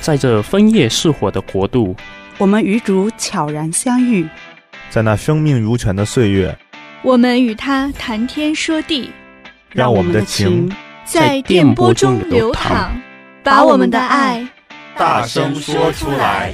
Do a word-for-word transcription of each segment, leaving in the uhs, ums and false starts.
在这枫叶似火的国度， 我们与主悄然相遇， 在那生命如泉的岁月， 我们与他谈天说地， 让我们的情在电波中流淌，把我们的爱大声说出来。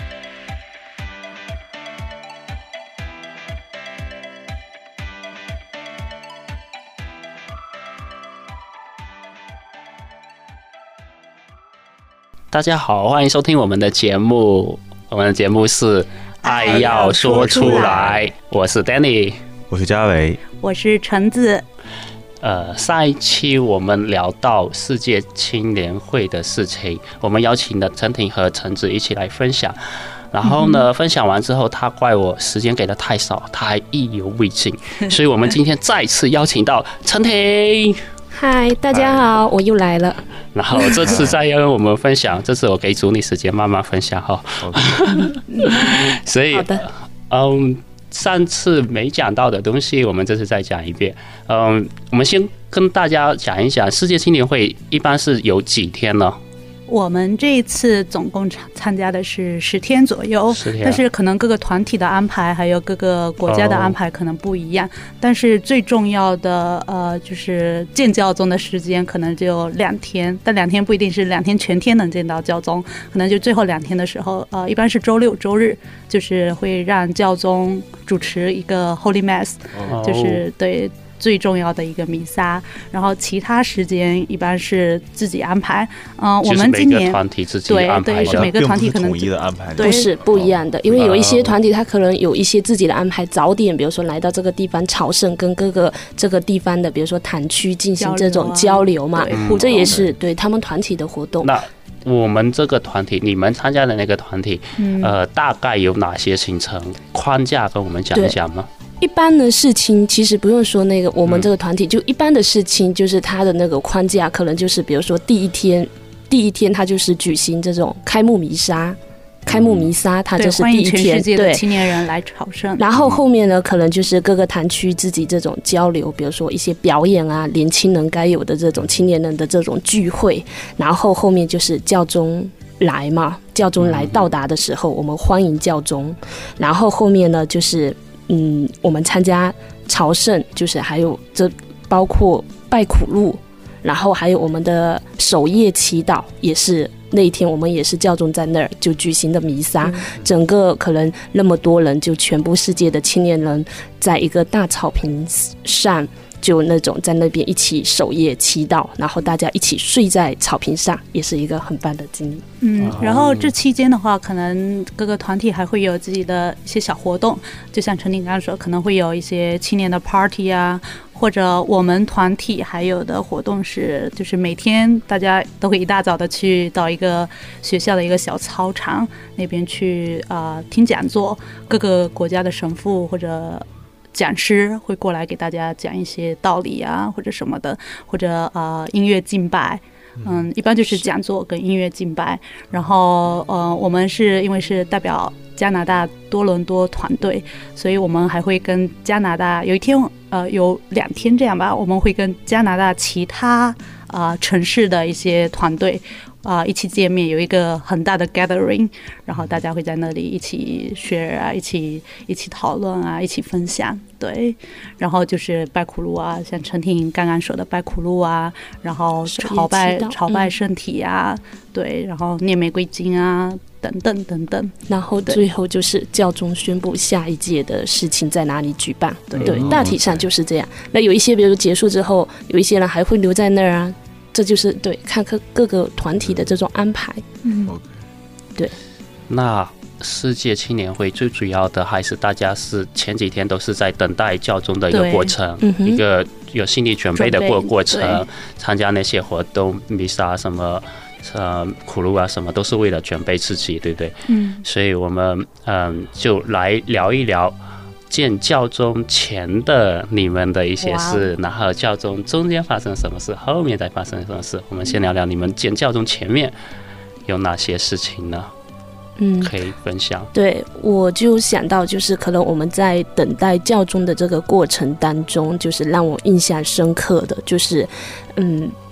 大家好，欢迎收听我们的节目。我们的节目是爱要说出来，我是 Danny， 我是嘉伟， 我是橙子。 呃，上一期我们聊到世界青年会的事情，我们邀请了陈婷和橙子一起来分享。然后呢，嗯、分享完之后，他怪我时间给的太少，他还意犹未尽，所以我们今天再次邀请到陈婷。 嗨，大家好，我又来了。 然后这次再跟我们分享，这次我给主你时间慢慢分享哈。所以，好的，嗯，上次没讲到的东西，我们这次再讲一遍。嗯，我们先跟大家讲一讲，世界青年会一般是有几天呢？ 我们这一次总共参加的是十天左右，但是可能各个团体的安排还有各个国家的安排可能不一样。哦、但是最重要的呃，就是见教宗的时间可能只有两天，但两天不一定是两天全天能见到教宗，可能就最后两天的时候，呃，一般是周六周日，就是会让教宗主持一个 Holy Mass，、哦、就是对。最重要的一个弥撒，然后其他时间一般是自己安排。嗯、呃，我们今年每个团体自己安排的， 对对，是每个团体可能统一的安排， 不是不一样的，因为有一些团体他可能有一些自己的安排，早点，比如说来到这个地方朝圣，跟各个这个地方的，比如说坛区进行这种交流嘛，嗯、这也是对他们团体的活动。 那我们这个团体，你们参加的那个团体，嗯、呃，大概有哪些行程框架，跟我们讲一讲吗？ 一般的事情其实不用说，那个我们这个团体就一般的事情，就是它的那个框架可能就是比如说第一天第一天它就是举行这种开幕弥撒，开幕弥撒它就是第一天， 对，欢迎全世界的青年人来朝圣。 然后后面呢可能就是各个坛区自己这种交流，比如说一些表演啊，年轻人该有的这种青年人的这种聚会。然后后面就是教宗来嘛，教宗来到达的时候我们欢迎教宗。然后后面呢就是嗯，我们参加朝圣，就是还有这包括拜苦路，然后还有我们的守夜祈祷，也是那一天我们也是教宗在那儿就举行的弥撒、嗯、整个可能那么多人，就全部世界的青年人在一个大草坪上，就那种在那边一起守夜祈祷，然后大家一起睡在草坪上，也是一个很棒的经历。 嗯，然后这期间的话，可能各个团体还会有自己的一些小活动，就像陈婷刚刚说，可能会有一些青年的 party 啊，或者我们团体还有的活动是，就是每天大家都会一大早的去到一个学校的一个小操场那边去啊、呃、听讲座，各个国家的神父或者讲师会过来给大家讲一些道理啊，或者什么的，或者呃音乐敬拜，嗯，一般就是讲座跟音乐敬拜。然后呃，我们是因为是代表加拿大多伦多团队，所以我们还会跟加拿大有一天呃有两天这样吧，我们会跟加拿大其他啊、呃、城市的一些团队。啊、呃，一起见面，有一个很大的 gathering， 然后大家会在那里一起 share 啊，一起一起讨论啊，一起分享，对。然后就是拜苦路啊，像陈婷刚刚说的拜苦路啊，然后朝拜朝拜圣体啊、嗯，对，然后念玫瑰经啊，等等等等。 然后最后就是教宗宣布下一届的事情在哪里举办，对，对，大体上就是这样。那有一些，比如说结束之后，有一些人还会留在那儿啊。这就是对看各各个团体的这种安排。嗯，对。 那世界青年会最主要的还是大家是前几天都是在等待教宗的一个过程，一个有心理准备的过过程，参加那些活动、弥撒什么。呃，苦路啊，什么都是为了准备自己，对不对？嗯，所以我们嗯就来聊一聊见教宗前的你们的一些事，然后教宗中间发生什么事，后面再发生什么事。我们先聊聊你们见教宗前面有哪些事情呢？嗯，可以分享。 对，我就想到就是可能我们在等待教宗的这个过程当中，就是让我印象深刻的就是嗯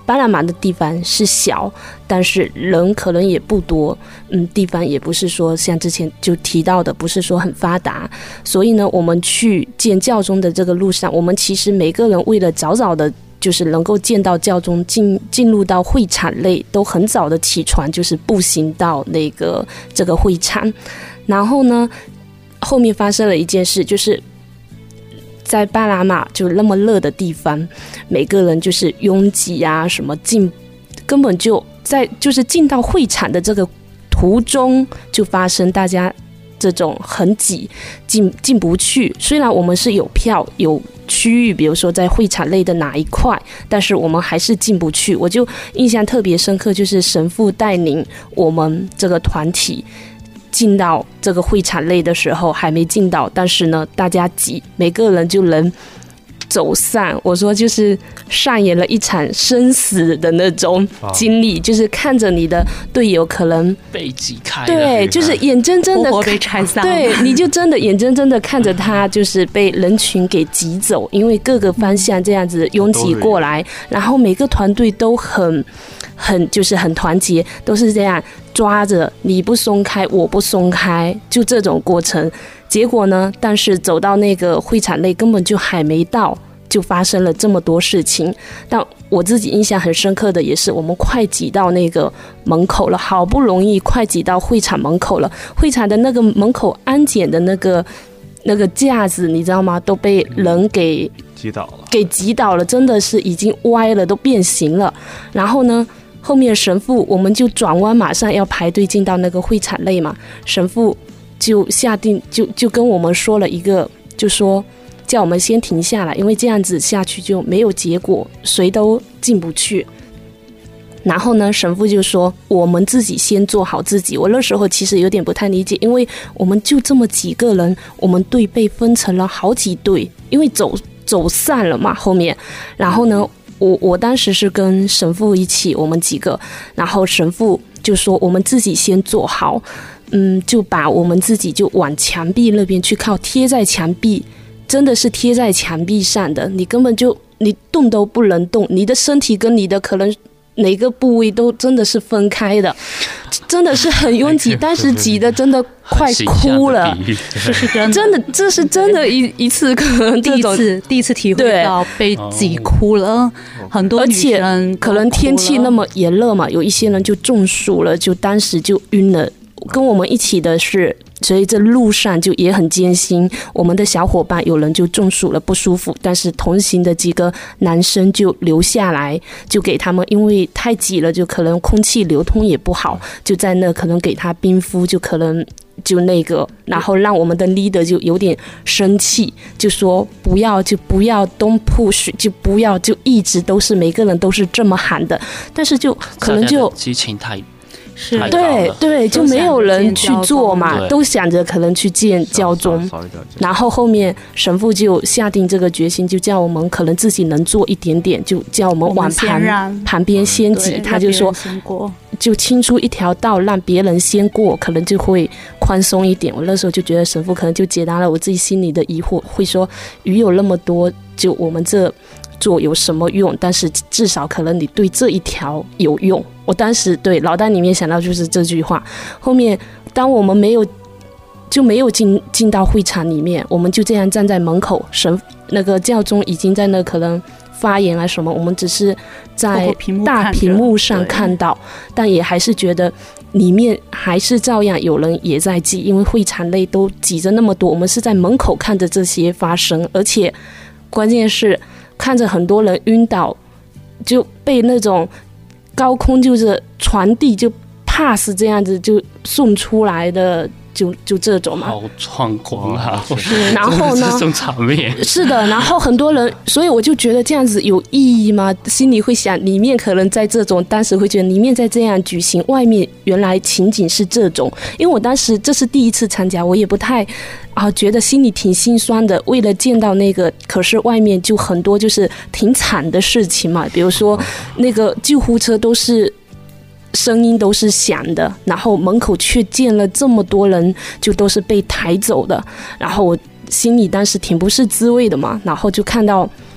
巴拿马的地方是小，但是人可能也不多，嗯，地方也不是说像之前就提到的，不是说很发达，所以呢，我们去见教宗的这个路上，我们其实每个人为了早早的，就是能够见到教宗，进进入到会场内，都很早的起床，就是步行到那个这个会场，然后呢，后面发生了一件事，就是在巴拿马就那么热的地方，每个人就是拥挤啊，什么进，根本就在就是进到会场的这个途中就发生大家这种很挤，进进不去。虽然我们是有票有区域，比如说在会场内的哪一块，但是我们还是进不去。我就印象特别深刻，就是神父带领我们这个团体进到这个会场内的时候还没进到，但是呢大家挤，每个人就能走散。我说就是上演了一场生死的那种经历，就是看着你的队友可能被挤开了， 对，就是眼睁睁的活活被拆散， 对，你就真的眼睁睁的看着他就是被人群给挤走，因为各个方向这样子拥挤过来，然后每个团队都很很就是很团结，都是这样抓着你不松开我不松开，就这种过程。结果呢，但是走到那个会场内根本就还没到，就发生了这么多事情。但我自己印象很深刻的也是，我们快挤到那个门口了，好不容易快挤到会场门口了，会场的那个门口安检的那个那个架子你知道吗，都被人给击倒了， 给击倒了，真的是已经歪了，都变形了。然后呢，后面神父我们就转弯，马上要排队进到那个会场内嘛，神父就下定就就跟我们说了一个，就说叫我们先停下来，因为这样子下去就没有结果，谁都进不去。然后呢，神父就说我们自己先做好自己。我那时候其实有点不太理解，因为我们就这么几个人，我们队被分成了好几队，因为走走散了嘛后面。然后呢，我我当时是跟神父一起，我们几个，然后神父就说我们自己先做好，嗯，就把我们自己就往墙壁那边去靠，贴在墙壁，真的是贴在墙壁上的，你根本就你动都不能动，你的身体跟你的可能哪个部位都真的是分开的，真的是很拥挤，但是挤的真的快哭了， 这是真的， 真的这是真的一一次可能第一次第一次体会到被挤哭了，很多女生， 而且可能天气那么炎热嘛，有一些人就中暑了，就当时就晕了。跟我们一起的是，所以这路上就也很艰辛。我们的小伙伴有人就中暑了，不舒服，但是同行的几个男生就留下来，就给他们，因为太挤了，就可能空气流通也不好，就在那可能给他冰敷，就可能就那个，然后让我们的 leader 就有点生气，就说不要就不要 don't push， 就不要就一直都是每个人都是这么喊的，但是就可能就激情太。 是对对，就没有人去做嘛，都想着可能去见教宗，然后后面神父就下定这个决心，就叫我们可能自己能做一点点，就叫我们往旁旁边先挤，他就说就清出一条道让别人先过，可能就会宽松一点。我那时候就觉得神父可能就解答了我自己心里的疑惑，会说鱼有那么多，就我们这做有什么用，但是至少可能你对这一条有用。我当时对脑袋里面想到就是这句话。后面当我们没有就没有进进到会场里面，我们就这样站在门口，神那个教宗已经在那可能发言啊什么，我们只是在大屏幕上看到，但也还是觉得里面还是照样有人也在挤，因为会场内都挤着那么多，我们是在门口看着这些发生，而且关键是看着很多人晕倒，就被那种高空就是传递就 pass 这样子就送出来的，就就这种嘛， 好壮观啊！ 是，然后呢， 这种场面是的，然后很多人，所以我就觉得这样子有意义吗？心里会想，里面可能在这种，当时会觉得里面在这样举行，外面原来情景是这种，因为我当时这是第一次参加，我也不太啊，觉得心里挺心酸的。为了见到那个，可是外面就很多就是挺惨的事情嘛，比如说那个救护车都是。声音都是响的，然后门口却见了这么多人，就都是被抬走的。然后我心里当时挺不是滋味的嘛，然后就看到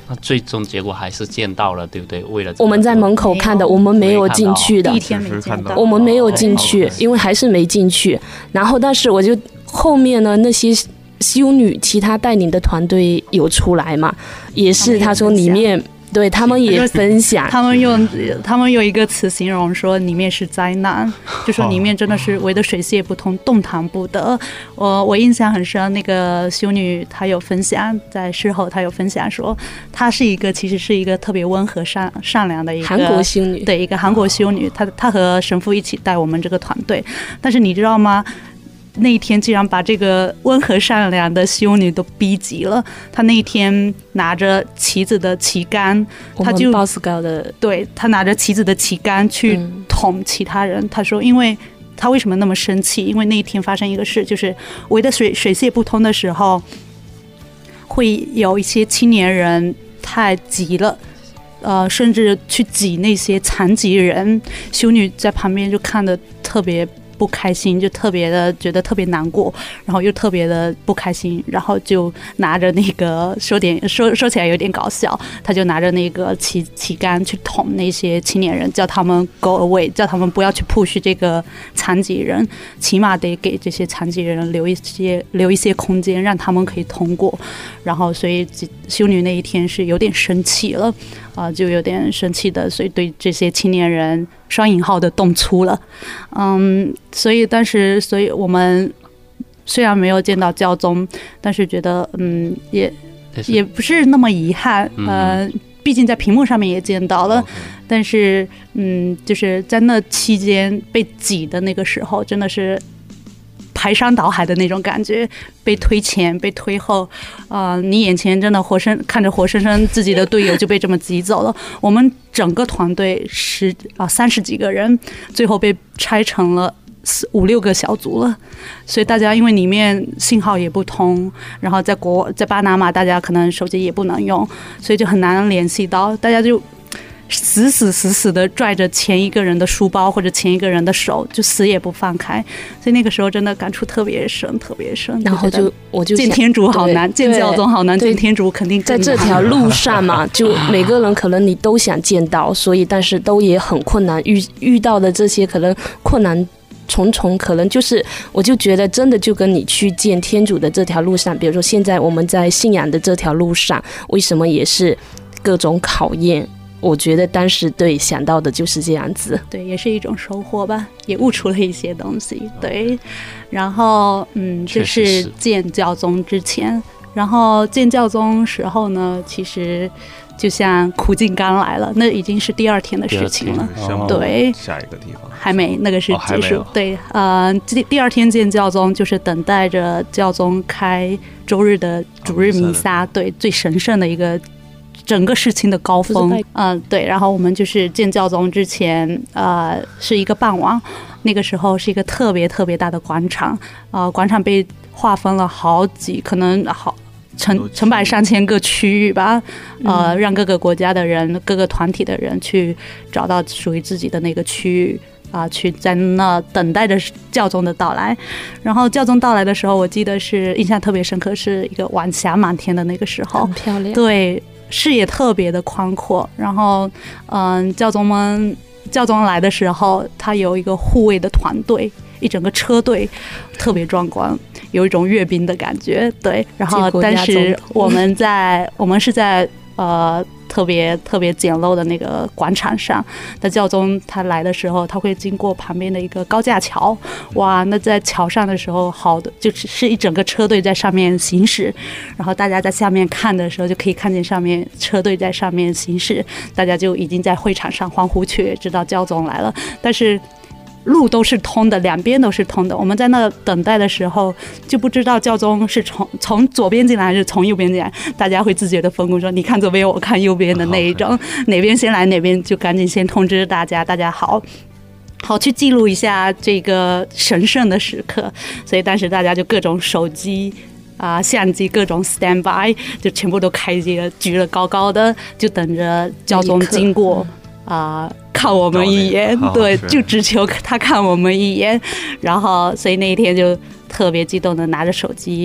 那最终结果还是见到了，对不对？为了我们在门口看的，我们没有进去的。 第一天没见到， 我们没有进去，因为还是没进去。然后，但是我就后面呢，那些修女其他带领的团队有出来嘛，也是他说里面。对他们也分享， 他们用他们用一个词形容说里面是灾难，就说里面真的是围得水泄不通，动弹不得。我我印象很深，那个修女她有分享，在事后她有分享说，她是一个其实是一个特别温和善善良的一个韩国修女， 对，一个韩国修女，她她和神父一起带我们这个团队，但是你知道吗？那一天竟然把这个温和善良的修女都逼急了。她那一天拿着旗子的旗杆，她就鲍斯高的， 对，她拿着旗子的旗杆去捅其他人。她说，因为她为什么那么生气？因为那一天发生一个事，就是围得水水泄不通的时候，会有一些青年人太急了。呃，甚至去挤那些残疾人，修女在旁边就看得特别不开心，就特别的觉得特别难过，然后又特别的不开心，然后就拿着那个说点说说起来有点搞笑，他就拿着那个旗旗杆去捅那些青年人，叫他们 go away， 叫他们不要去 push 这个残疾人，起码得给这些残疾人留一些留一些空间，让他们可以通过。然后所以修女那一天是有点生气了，啊、呃，就有点生气的，所以对这些青年人双引号的动粗了，嗯，所以但是所以我们虽然没有见到教宗，但是觉得嗯也也不是那么遗憾，呃，毕竟在屏幕上面也见到了，但是嗯就是在那期间被挤的那个时候，真的是排山倒海的那种感觉，被推前被推后，呃，你眼前真的活生看着活生生自己的队友就被这么挤走了。我们整个团队十啊三十几个人，最后被拆成了四五六个小组了。所以大家因为里面信号也不通，然后在国在巴拿马大家可能手机也不能用，所以就很难联系到，大家就死死死死的拽着前一个人的书包或者前一个人的手，就死也不放开。所以那个时候真的感触特别深，特别深。 然后就我就见天主好难，见教宗好难，见天主肯定更难。 在这条路上嘛，就每个人可能你都想见到，所以但是都也很困难，遇遇到的这些可能困难重重，可能就是我就觉得真的就跟你去见天主的这条路上，比如说现在我们在信仰的这条路上，为什么也是各种考验。我觉得当时对想到的就是这样子， 对，也是一种收获吧，也悟出了一些东西，对。然后嗯，这是见教宗之前，然后见教宗时候呢，其实就像苦尽甘来了，那已经是第二天的事情了，对。 下一个地方还没，那个是结束， 哦、 对，呃，第二天见教宗就是等待着教宗开周日的主日弥撒，对，最神圣的一个。整个事情的高峰，嗯、呃，对，然后我们就是见教宗之前，呃，是一个傍晚，那个时候是一个特别特别大的广场，呃，广场被划分了好几，可能好成成百上千个区域吧，呃，让各个国家的人、各个团体的人去找到属于自己的那个区域。啊、呃，去在那等待着教宗的到来，然后教宗到来的时候，我记得是印象特别深刻，是一个晚霞满天的那个时候， 很漂亮， 对。视野特别的宽阔，然后，嗯，教宗们教宗来的时候，他有一个护卫的团队，一整个车队，特别壮观，有一种阅兵的感觉。对，然后但是我们在我们是在呃特别特别简陋的那个广场上，那教宗他来的时候，他会经过旁边的一个高架桥，哇，那在桥上的时候，好的就是一整个车队在上面行驶，然后大家在下面看的时候，就可以看见上面车队在上面行驶，大家就已经在会场上欢呼雀跃，知道教宗来了，但是。路都是通的，两边都是通的。我们在那等待的时候，就不知道教宗是从从左边进来还是从右边进来，大家会自觉的分工说：“你看左边，我看右边的那一种，哪边先来哪边就赶紧先通知大家，大家好。”好去记录一下这个神圣的时刻，所以当时大家就各种手机啊、呃、相机各种 stand by 就全部都开机了，举了高高的，就等着教宗经过啊。呃看我们一眼，对，就只求他看我们一眼，然后所以那一天就特别激动的拿着手机啊、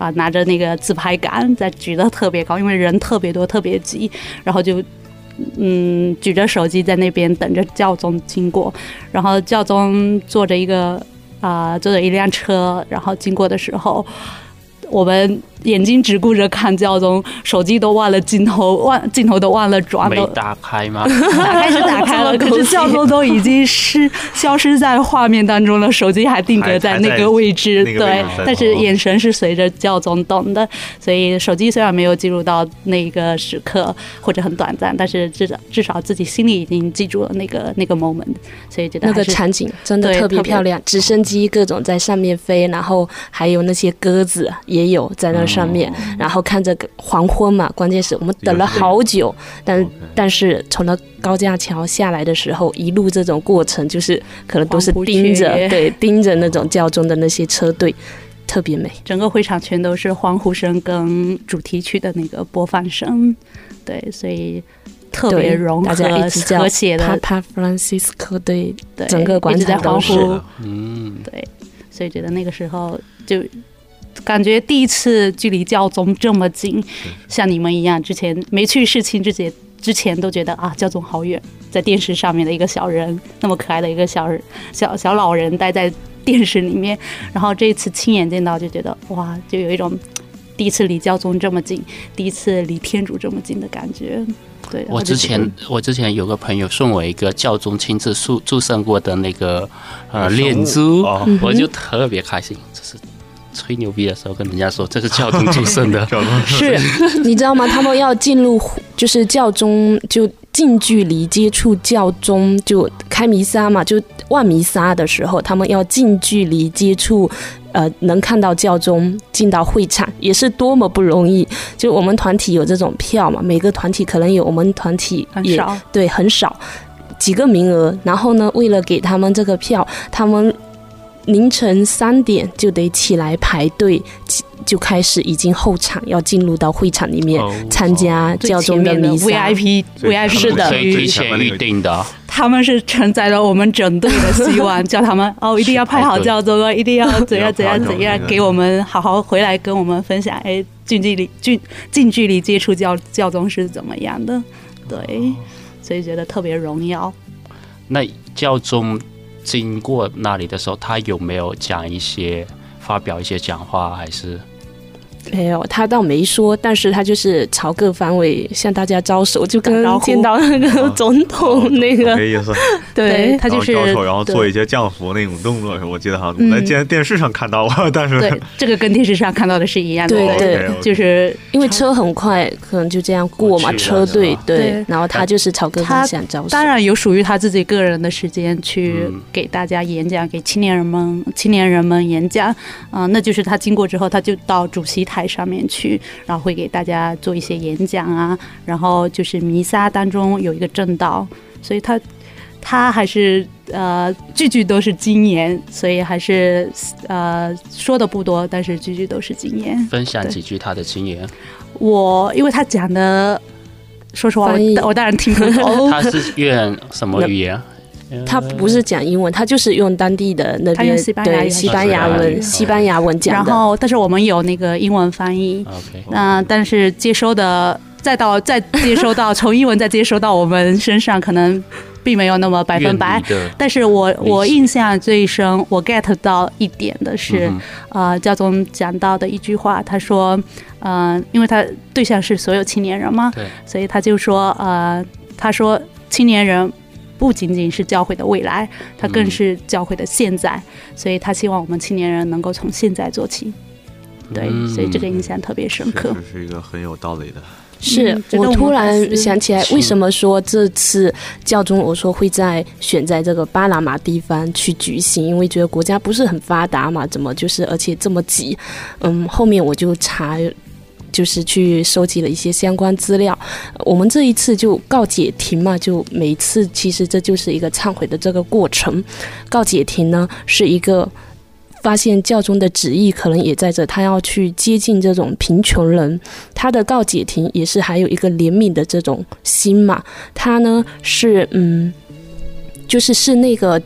啊、拿着那个自拍杆在举得特别高，因为人特别多特别挤，然后就嗯举着手机在那边等着教宗经过，然后教宗坐着一个啊、呃、坐着一辆车，然后经过的时候，我们眼睛只顾着看教宗，手机都忘了镜头，忘镜头都忘了转， 没打开吗？ 打开是打开了，可是教宗都已经失消失在画面当中了，手机还定格在那个位置，对，但是眼神是随着教宗动的，所以手机虽然没有记录到那个时刻或者很短暂，但是至少至少自己心里已经记住了那个那个 moment， 所以觉得那个场景真的特别漂亮，直升机各种在上面飞，然后还有那些鸽子也有在那上面，嗯、然后看着黄昏嘛，关键是我们等了好久，但但是从那高架桥下来的时候，一路这种过程就是可能都是盯着，对，盯着那种教宗的那些车队，特别美。 整个会场全都是欢呼声跟主题曲的那个播放声，对，所以特别融合大家一直叫和谐的 Papa Francisco， 对，整个广场都是， 嗯，对，所以觉得那个时候就。感觉第一次距离教宗这么近，像你们一样，之前没去世青之前，之前都觉得啊，教宗好远，在电视上面的一个小人，那么可爱的一个小人，小小老人待在电视里面，然后这一次亲眼见到，就觉得哇，就有一种第一次离教宗这么近，第一次离天主这么近的感觉。对， 我之前我之前有个朋友送我一个教宗亲自祝祝圣过的那个呃链珠，哦、我就特别开心，这是。吹牛逼的时候跟人家说这是教宗祝圣的， 是，你知道吗？他们要进入就是教宗就近距离接触教宗，就开弥撒嘛，就万弥撒的时候，他们要近距离接触。呃，能看到教宗进到会场也是多么不容易。就我们团体有这种票嘛，每个团体可能有，我们团体也很少， 对，很少几个名额。然后呢，为了给他们这个票，他们凌晨三点就得起来排队，就开始已经候场，要进入到会场里面参加教宗的弥撒。 V I P V I P 是的，提前预定的。 他们是承载了我们整队的希望，叫他们哦，一定要拍好教宗哦，一定要怎样怎样怎样，给我们好好回来跟我们分享，哎，近距离近近距离接触教教宗是怎么样的？对，所以觉得特别荣耀。 那教宗经过那里的时候，他有没有讲一些发表一些讲话，还是？ 没有，他倒没说，但是他就是朝各方位向大家招手，就跟见到那个总统那个， 没意思。 对， 他就是招手，然后做一些降服那种动作。我记得好像我在电视上看到过，但是对这个跟电视上看到的是一样的。 对对， 就是因为车很快，可能就这样过嘛，车队对，然后他就是朝各方向招手。 当然有属于他自己个人的时间去给大家演讲，给青年人们青年人们演讲啊、呃，那就是他经过之后，他就到主席台上面去，然后会给大家做一些演讲啊，然后就是弥撒当中有一个正道，所以他他还是呃句句都是金言，所以还是呃说的不多，但是句句都是金言。 分享几句他的金言。 我因为他讲的，说实话，我我当然听不懂。 他是用什么语言？ 他不是讲英文，他就是用当地的那边对西班牙文西班牙文讲的。 然后，但是我们有那个英文翻译，那、呃、但是接收的再到再接收到从英文再接收到我们身上，可能并没有那么百分百。但是我我印象最深，我 get 到一点的是，嗯、呃，教宗讲到的一句话，他说，呃，因为他对象是所有青年人嘛，所以他就说，呃，他说青年人。不仅仅是教会的未来，它更是教会的现在、嗯、所以他希望我们青年人能够从现在做起。对、嗯、所以这个印象特别深刻， 这是一个很有道理的。 是、嗯、我突然想起来，为什么说这次教宗我说会在选在这个巴拿马地方去举行，因为觉得国家不是很发达嘛，怎么就是而且这么挤。嗯，后面我就查就是去收集了一些相关资料。我们这一次就告解庭嘛，就每一次其实这就是一个忏悔的这个过程。告解庭呢是一个发现教宗的旨意可能也在这，他要去接近这种贫穷人，他的告解庭也是还有一个怜悯的这种心嘛。他呢是嗯，就是是那个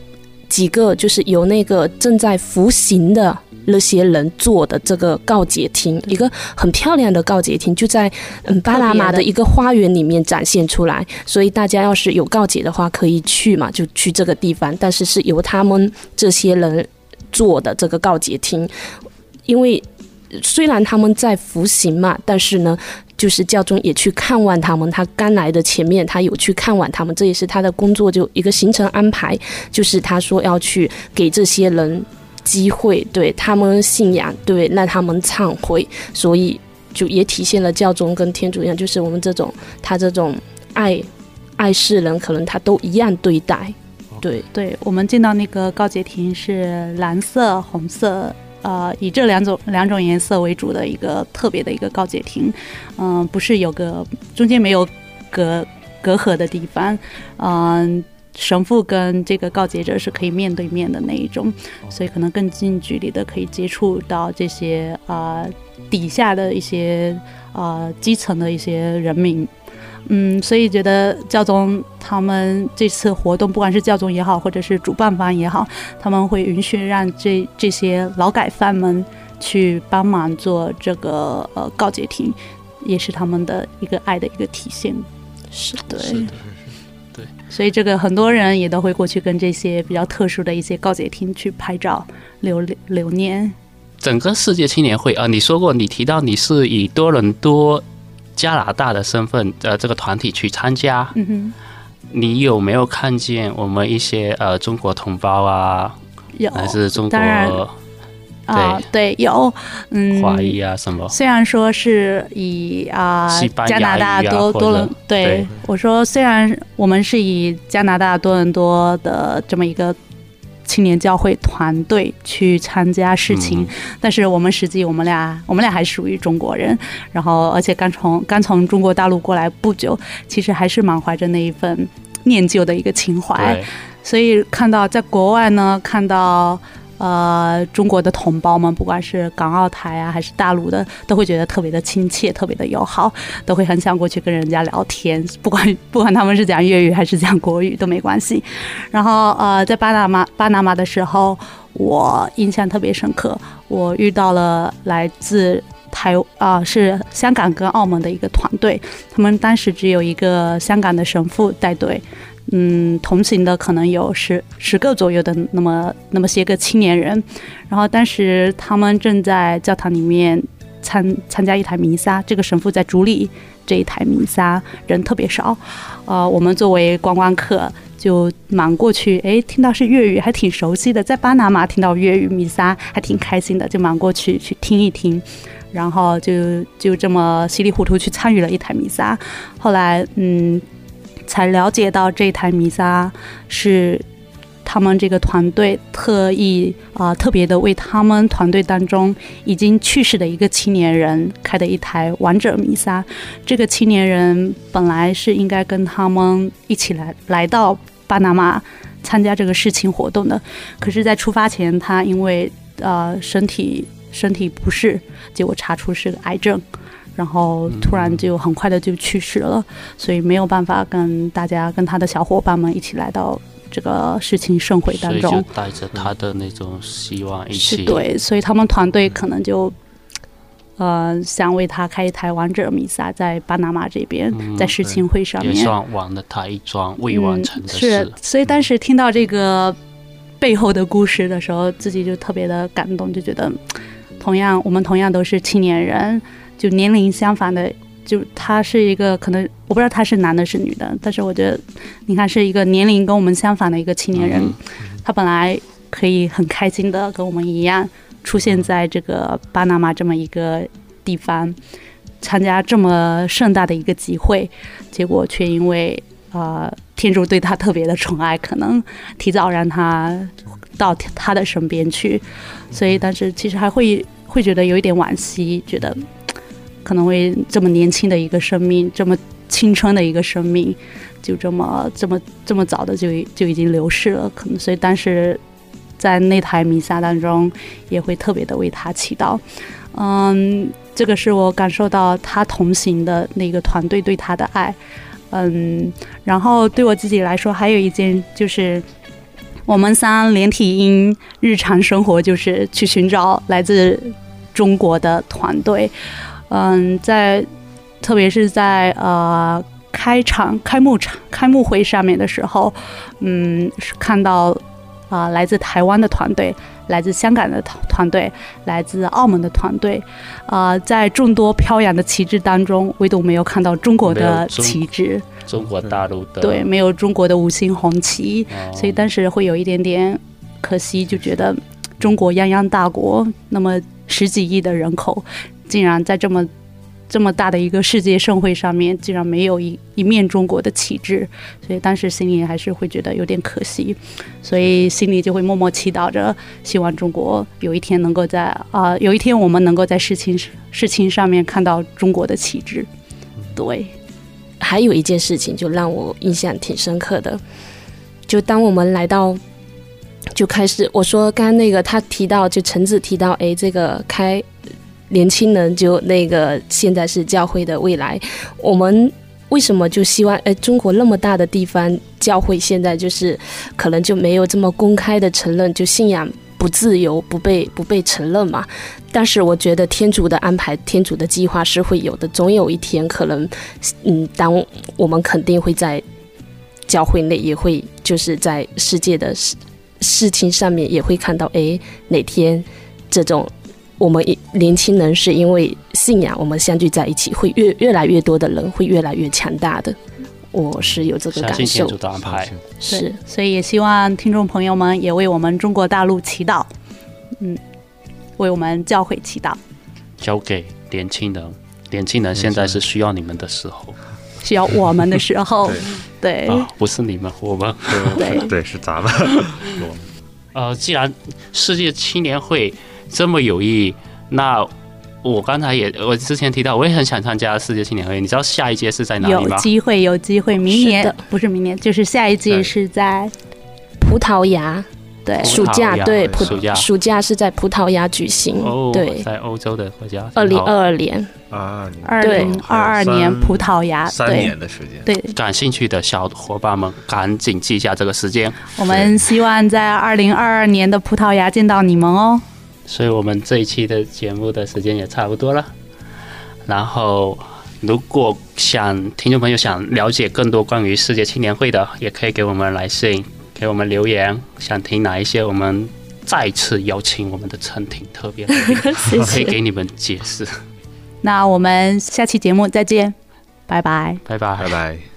几个就是由那个正在服刑的那些人做的这个告解厅，一个很漂亮的告解厅，就在嗯巴拿马的一个花园里面展现出来，所以大家要是有告解的话可以去嘛，就去这个地方，但是是由他们这些人做的这个告解厅。因为虽然他们在服刑嘛，但是呢就是教宗也去看望他们，他刚来的前面他有去看望他们，这也是他的工作，就一个行程安排，就是他说要去给这些人机会，对他们信仰，对让他们忏悔，所以就也体现了教宗跟天主一样，就是我们这种他这种爱爱世人，可能他都一样对待。对对，我们进到那个告解亭是蓝色、红色。呃，以这两种两种颜色为主的一个特别的一个告解亭，嗯、呃，不是有个中间没有隔隔阂的地方，嗯、呃，神父跟这个告解者是可以面对面的那一种，所以可能更近距离的可以接触到这些啊、呃、底下的一些啊、呃、基层的一些人民。嗯，所以觉得教宗他们这次活动，不管是教宗也好，或者是主办方也好，他们会允许让这这些劳改犯们去帮忙做这个呃告解亭，也是他们的一个爱的一个体现。 是的， 是的，对。 所以这个很多人也都会过去跟这些比较特殊的一些告解亭去拍照留留念。 整个世界青年会啊、呃，你说过，你提到你是以多伦多加拿大的身份，呃，这个团体去参加， 嗯哼， 你有没有看见我们一些呃中国同胞啊， 有， 还是中国当然啊，对，有，嗯， 华裔啊什么？ 虽然说是以啊、呃、加拿大多多伦，对， 对我说虽然我们是以加拿大多伦多的这么一个青年教会团队去参加事情、嗯、但是我们实际我们俩我们俩还属于中国人，然后而且刚从刚从中国大陆过来不久，其实还是满怀着那一份念旧的一个情怀，所以看到在国外呢，看到呃中国的同胞们，不管是港澳台啊还是大陆的，都会觉得特别的亲切，特别的友好，都会很想过去跟人家聊天，不管不管他们是讲粤语还是讲国语都没关系。然后呃在巴拿马巴拿马的时候，我印象特别深刻，我遇到了来自台啊、呃、是香港跟澳门的一个团队，他们当时只有一个香港的神父带队，嗯，同行的可能有十十个左右的那么那么些个青年人，然后当时他们正在教堂里面参参加一台弥撒，这个神父在主理这一台弥撒，人特别少，呃，我们作为观光客就忙过去，哎，听到是粤语，还挺熟悉的，在巴拿马听到粤语弥撒还挺开心的，就忙过去去听一听。然后就就这么稀里糊涂去参与了一台弥撒，后来嗯才了解到这台弥撒是他们这个团队特意啊、呃、特别的为他们团队当中已经去世的一个青年人开的一台亡者弥撒。这个青年人本来是应该跟他们一起来来到巴拿马参加这个事情活动的，可是在出发前他因为呃身体身体不适，结果查出是个癌症，然后突然就很快的就去世了，所以没有办法跟大家跟他的小伙伴们一起来到这个事情盛会当中， 所以就带着他的那种希望一起， 对，所以他们团队可能就呃想为他开一台亡者弥撒在巴拿马这边、嗯、在世青会上面， 也算完了他一桩未完成的事、 嗯、是，所以当时听到这个背后的故事的时候，自己就特别的感动，就觉得同样我们同样都是青年人，就年龄相反的，就他是一个可能我不知道他是男的是女的，但是我觉得你看是一个年龄跟我们相反的一个青年人、嗯、他本来可以很开心的跟我们一样出现在这个巴拿马这么一个地方参加这么盛大的一个集会，结果却因为呃天主对他特别的宠爱，可能提早让他到他的身边去，所以但是其实还会会觉得有一点惋惜，觉得可能会这么年轻的一个生命，这么青春的一个生命，就这么这么这么早的就就已经流逝了，可能所以当时在那台弥撒当中也会特别的为他祈祷。嗯，这个是我感受到他同行的那个团队对他的爱。嗯，然后对我自己来说还有一件就是我们三连体婴日常生活就是去寻找来自中国的团队，嗯，在特别是在呃开场开幕场开幕会上面的时候，嗯，是看到啊、呃、来自台湾的团队，来自香港的团队，来自澳门的团队，啊、呃，在众多飘扬的旗帜当中，唯独没有看到中国的旗帜。 中国大陆的对，没有中国的五星红旗，哦、所以当时会有一点点可惜，就觉得中国泱泱大国，那么十几亿的人口，竟然在这么这么大的一个世界盛会上面，竟然没有一一面中国的旗帜，所以当时心里还是会觉得有点可惜，所以心里就会默默祈祷着，希望中国有一天能够在啊、呃，有一天我们能够在世青世青上面看到中国的旗帜，对。 还有一件事情就让我印象挺深刻的，就当我们来到就开始我说刚刚那个他提到就陈子提到哎，这个开年轻人就那个现在是教会的未来，我们为什么就希望哎中国那么大的地方教会现在就是可能就没有这么公开的承认就信仰不自由不被不被承认嘛，但是我觉得天主的安排天主的计划是会有的，总有一天可能嗯，当我们肯定会在教会内也会就是在世界的事情上面也会看到哎哪天这种我们年轻人是因为信仰我们相聚在一起，会越越来越多的人会越来越强大的，我是有这个感受。相信天主的安排是，所以也希望听众朋友们也为我们中国大陆祈祷，嗯，为我们教会祈祷。 交给年轻人，年轻人现在是需要你们的时候， 需要我们的时候，对，对啊，不是你们，我们， 对对，是咱们。 呃，既然世界青年会这么有意义，那我刚才也，我之前提到，我也很想参加世界青年会。你知道下一届是在哪里吗？ 有机会，有机会，明年不是明年，就是下一届是在葡萄牙。对，暑假对葡暑假暑假是在葡萄牙举行。 哦， 对， 在欧洲的国家。 二零二二年。 啊， 二零二二年葡萄牙， 三年的时间。 对， 感兴趣的小伙伴们赶紧记下这个时间。 我们希望在二零二二年的葡萄牙见到你们哦。 所以我们这一期的节目的时间也差不多了。然后，如果想听众朋友想了解更多关于世界青年会的，也可以给我们来信，给我们留言，想听哪一些，我们再次邀请我们的陈婷特别来宾，可以给你们解释。 那我们下期节目再见，拜拜， 拜拜， 拜拜。